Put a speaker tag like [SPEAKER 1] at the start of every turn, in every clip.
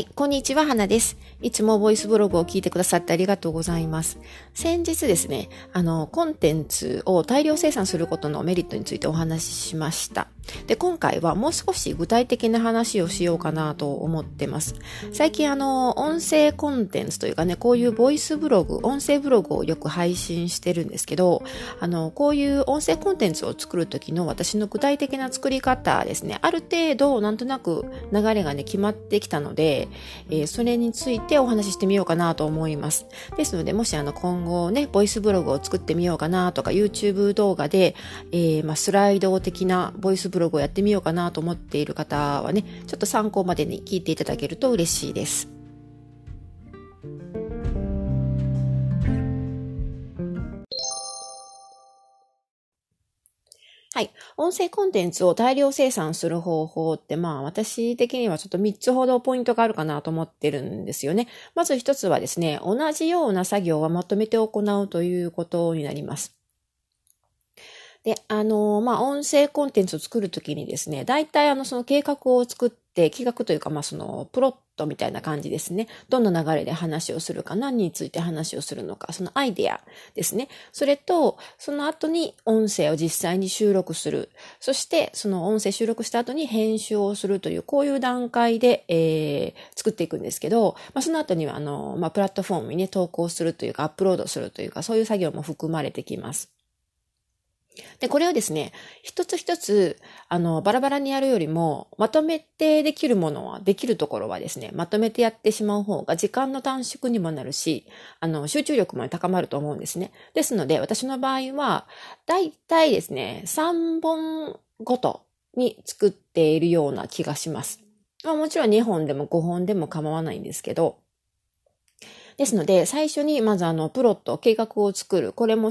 [SPEAKER 1] はい、こんにちは、花です。いつもボイスブログを聞いてくださってありがとうございます。先日ですね、コンテンツを大量生産することのメリットについてお話ししました。で、今回はもう少し具体的な話をしようかなと思ってます。最近音声コンテンツというかね、こういうボイスブログ、音声ブログをよく配信してるんですけど、こういう音声コンテンツを作る時の私の具体的な作り方ですね、ある程度なんとなく流れがね、決まってきたので、それについてお話ししてみようかなと思います。ですので、もし今後ね、ボイスブログを作ってみようかなとか、YouTube 動画で、スライド的なボイスブログをやってみようかなと思っている方はね、ちょっと参考までに聞いていただけると嬉しいです。はい。音声コンテンツを大量生産する方法って、私的にはちょっと3つほどポイントがあるかなと思ってるんですよね。まず1つはですね、同じような作業はまとめて行うということになります。で、音声コンテンツを作るときにですね、大体その計画を作って、計画というか、そのプロットみたいな感じですね。どんな流れで話をするか、何について話をするのか、そのアイデアですね。それと、その後に音声を実際に収録する。そして、その音声収録した後に編集をするという、こういう段階で、作っていくんですけど、その後には、プラットフォームにね、投稿するというか、アップロードするというか、そういう作業も含まれてきます。で、これをですね、一つ一つ、バラバラにやるよりも、まとめてできるものは、できるところはですね、まとめてやってしまう方が時間の短縮にもなるし、集中力も高まると思うんですね。ですので、私の場合は、だいたいですね、3本ごとに作っているような気がします。もちろん2本でも5本でも構わないんですけど、ですので、最初にまずプロット、計画を作る。これも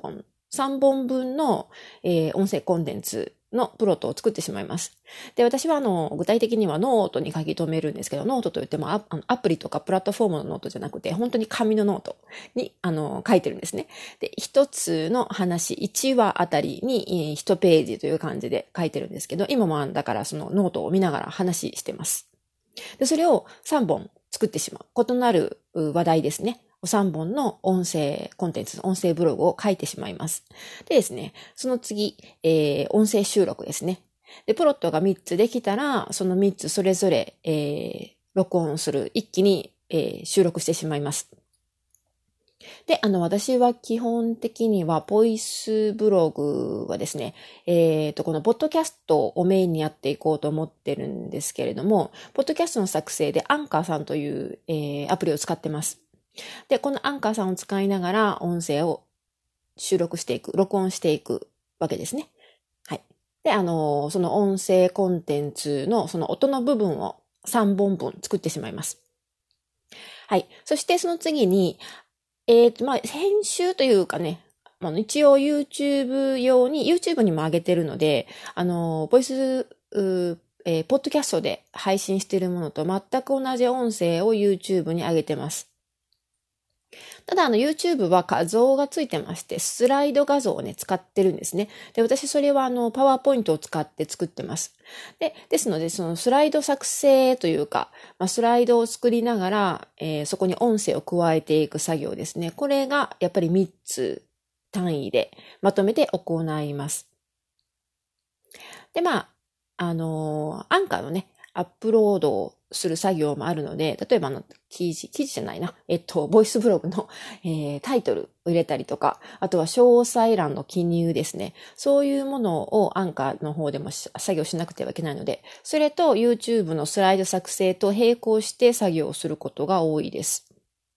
[SPEAKER 1] 3本分の、音声コンテンツのプロットを作ってしまいます。で、私は具体的にはノートに書き留めるんですけど、ノートといってもアプリとかプラットフォームのノートじゃなくて、本当に紙のノートに書いてるんですね。で、一つの話、1話あたりに、1ページという感じで書いてるんですけど、今もだからそのノートを見ながら話してます。で、それを3本作ってしまう。異なる話題ですね。3本の音声コンテンツ、音声ブログを書いてしまいます。でですね、その次、音声収録ですね。で、プロットが3つできたら、その3つそれぞれ、録音する。一気に、収録してしまいます。で、私は基本的には、ボイスブログはですね、このポッドキャストをメインにやっていこうと思ってるんですけれども、ポッドキャストの作成でアンカーさんという、アプリを使ってます。で、このアンカーさんを使いながら音声を収録していく、録音していくわけですね。はい。で、その音声コンテンツのその音の部分を3本分作ってしまいます。はい。そしてその次に、編集というかね、一応 YouTube 用に、YouTube にも上げてるので、ボイス、ポッドキャストで配信しているものと全く同じ音声を YouTube に上げてます。ただYouTube は画像がついてまして、スライド画像をね、使ってるんですね。で、私それはパワーポイントを使って作ってます。ですので、そのスライド作成というか、スライドを作りながら、そこに音声を加えていく作業ですね。これがやっぱり3つ単位でまとめて行います。で、アンカーのね、アップロードをする作業もあるので、例えば記事じゃないな、ボイスブログの、タイトルを入れたりとか、あとは詳細欄の記入ですね。そういうものをアンカーの方でも作業しなくてはいけないので、それと YouTube のスライド作成と並行して作業をすることが多いです。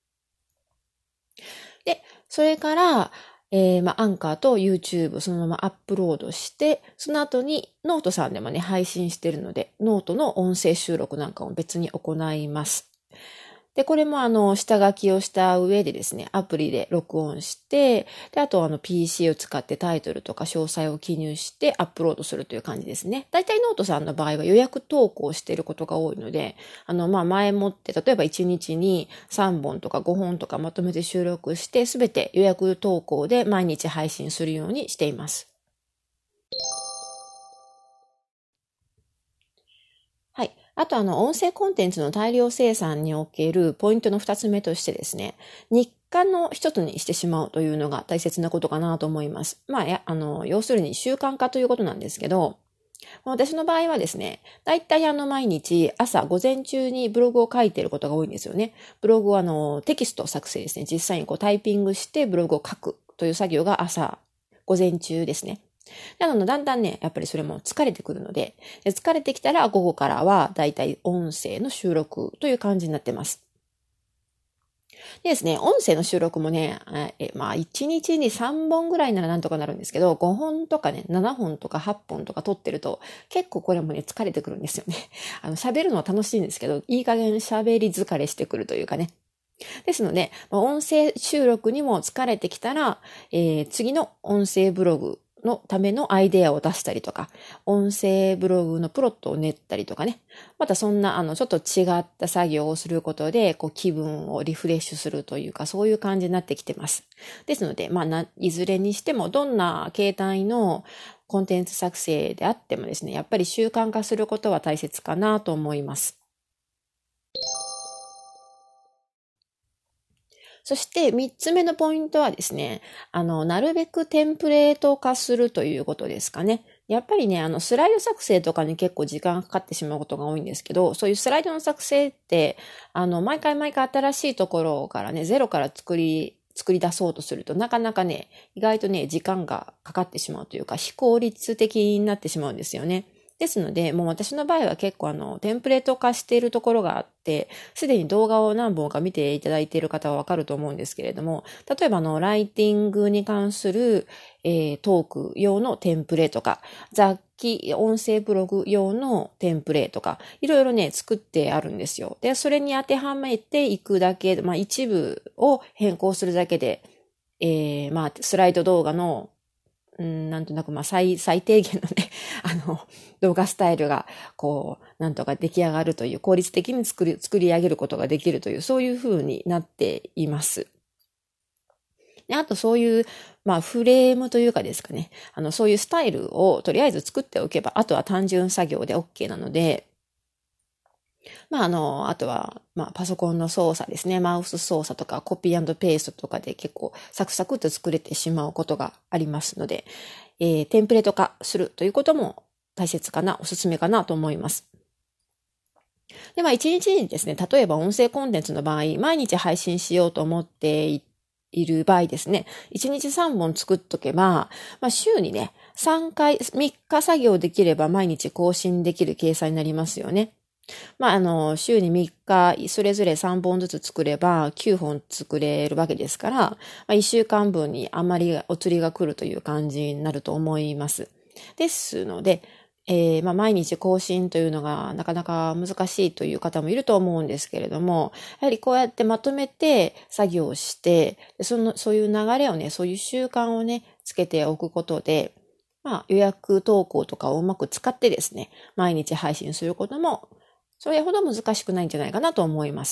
[SPEAKER 1] で、それから、アンカーと YouTube そのままアップロードして、その後にノートさんでもね、配信してるので、ノートの音声収録なんかも別に行います。で、これも下書きをした上でですね、アプリで録音して、で、あとPC を使ってタイトルとか詳細を記入してアップロードするという感じですね。だいたいノートさんの場合は予約投稿していることが多いので、前もって、例えば1日に3本とか5本とかまとめて収録して、すべて予約投稿で毎日配信するようにしています。はい。 あと音声コンテンツの大量生産におけるポイントの2つ目としてですね、日課の一つにしてしまうというのが大切なことかなと思います。要するに習慣化ということなんですけど、私の場合はですね、だいたい毎日朝午前中にブログを書いていることが多いんですよね。ブログはテキスト作成ですね。実際にタイピングしてブログを書くという作業が朝、午前中ですね。だんだんね、やっぱりそれも疲れてくるので、疲れてきたら午後からはだいたい音声の収録という感じになってます。でですね、音声の収録もね、1日に3本ぐらいならなんとかなるんですけど、5本とかね、7本とか8本とか撮ってると、結構これもね、疲れてくるんですよね。喋るのは楽しいんですけど、いい加減喋り疲れしてくるというかね。ですので、音声収録にも疲れてきたら、次の音声ブログのためのアイデアを出したりとか、音声ブログのプロットを練ったりとかね。またそんな、ちょっと違った作業をすることで、気分をリフレッシュするというか、そういう感じになってきてます。ですので、いずれにしても、どんな形態のコンテンツ作成であってもですね、やっぱり習慣化することは大切かなと思います。そして3つ目のポイントはですね、なるべくテンプレート化するということですかね。やっぱりね、スライド作成とかに結構時間がかかってしまうことが多いんですけど、そういうスライドの作成って、毎回新しいところからね、ゼロから作り出そうとすると、なかなかね、意外とね、時間がかかってしまうというか、非効率的になってしまうんですよね。ですので、もう私の場合は結構テンプレート化しているところがあって、すでに動画を何本か見ていただいている方はわかると思うんですけれども、例えばライティングに関する、トーク用のテンプレートか、雑記音声ブログ用のテンプレートか、いろいろね、作ってあるんですよ。で、それに当てはめていくだけ、一部を変更するだけで、スライド動画のなんとなく、最低限のね、動画スタイルが、なんとか出来上がるという、効率的に作り上げることができるという、そういう風になっています。であと、そういう、フレームというかですかね、そういうスタイルをとりあえず作っておけば、あとは単純作業で OK なので、あとは、パソコンの操作ですね。マウス操作とかコピー&ペーストとかで結構サクサクっと作れてしまうことがありますので、テンプレート化するということも大切かな、おすすめかなと思います。で、一日にですね、例えば音声コンテンツの場合、毎日配信しようと思っている場合ですね、1日3本作っとけば、週にね、3日作業できれば毎日更新できる計算になりますよね。週に3日、それぞれ3本ずつ作れば9本作れるわけですから、1週間分にあまりお釣りが来るという感じになると思います。ですので、毎日更新というのがなかなか難しいという方もいると思うんですけれども、やはりこうやってまとめて作業して、そういう流れをね、そういう習慣をね、つけておくことで、予約投稿とかをうまく使ってですね、毎日配信することもそれほど難しくないんじゃないかなと思います。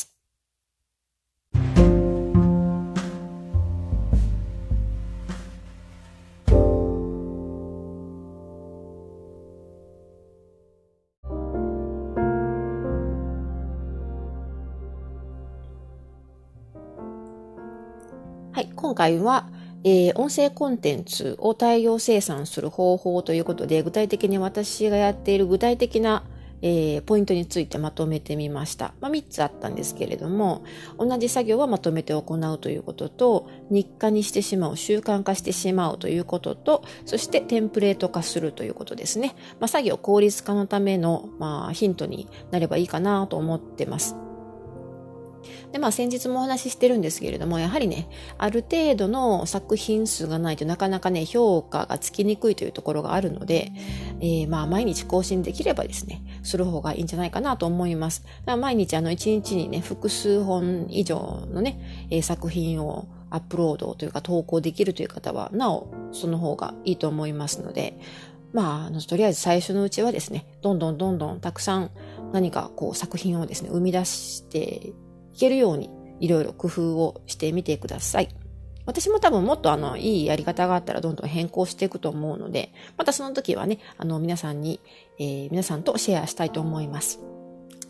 [SPEAKER 1] はい、今回は、音声コンテンツを大量生産する方法ということで、具体的に私がやっている具体的なポイントについてまとめてみました。3つあったんですけれども、同じ作業はまとめて行うということと、日課にしてしまう、習慣化してしまうということと、そしてテンプレート化するということですね。作業効率化のための、ヒントになればいいかなと思ってます。で、先日もお話ししてるんですけれども、やはりね、ある程度の作品数がないとなかなかね、評価がつきにくいというところがあるので、毎日更新できればですね、する方がいいんじゃないかなと思います。毎日1日にね、複数本以上のね、作品をアップロードというか投稿できるという方は、なおその方がいいと思いますので、とりあえず最初のうちはですね、どんどんたくさん何か作品をですね、生み出していけるようにいろいろ工夫をしてみてください。私も多分もっといいやり方があったらどんどん変更していくと思うので、またその時はね、皆さんとシェアしたいと思います。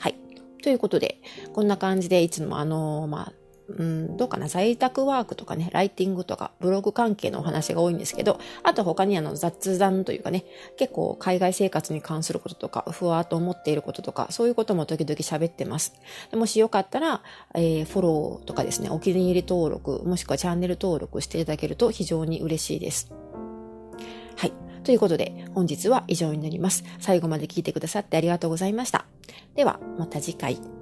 [SPEAKER 1] ということで、こんな感じでいつもどうかな、在宅ワークとかね、ライティングとかブログ関係のお話が多いんですけど、あと他に雑談というかね、結構海外生活に関することとか、ふわーっと思っていることとか、そういうことも時々喋ってます。でもしよかったら、フォローとかですね、お気に入り登録、もしくはチャンネル登録していただけると非常に嬉しいです。はい。ということで、本日は以上になります。最後まで聞いてくださってありがとうございました。では、また次回。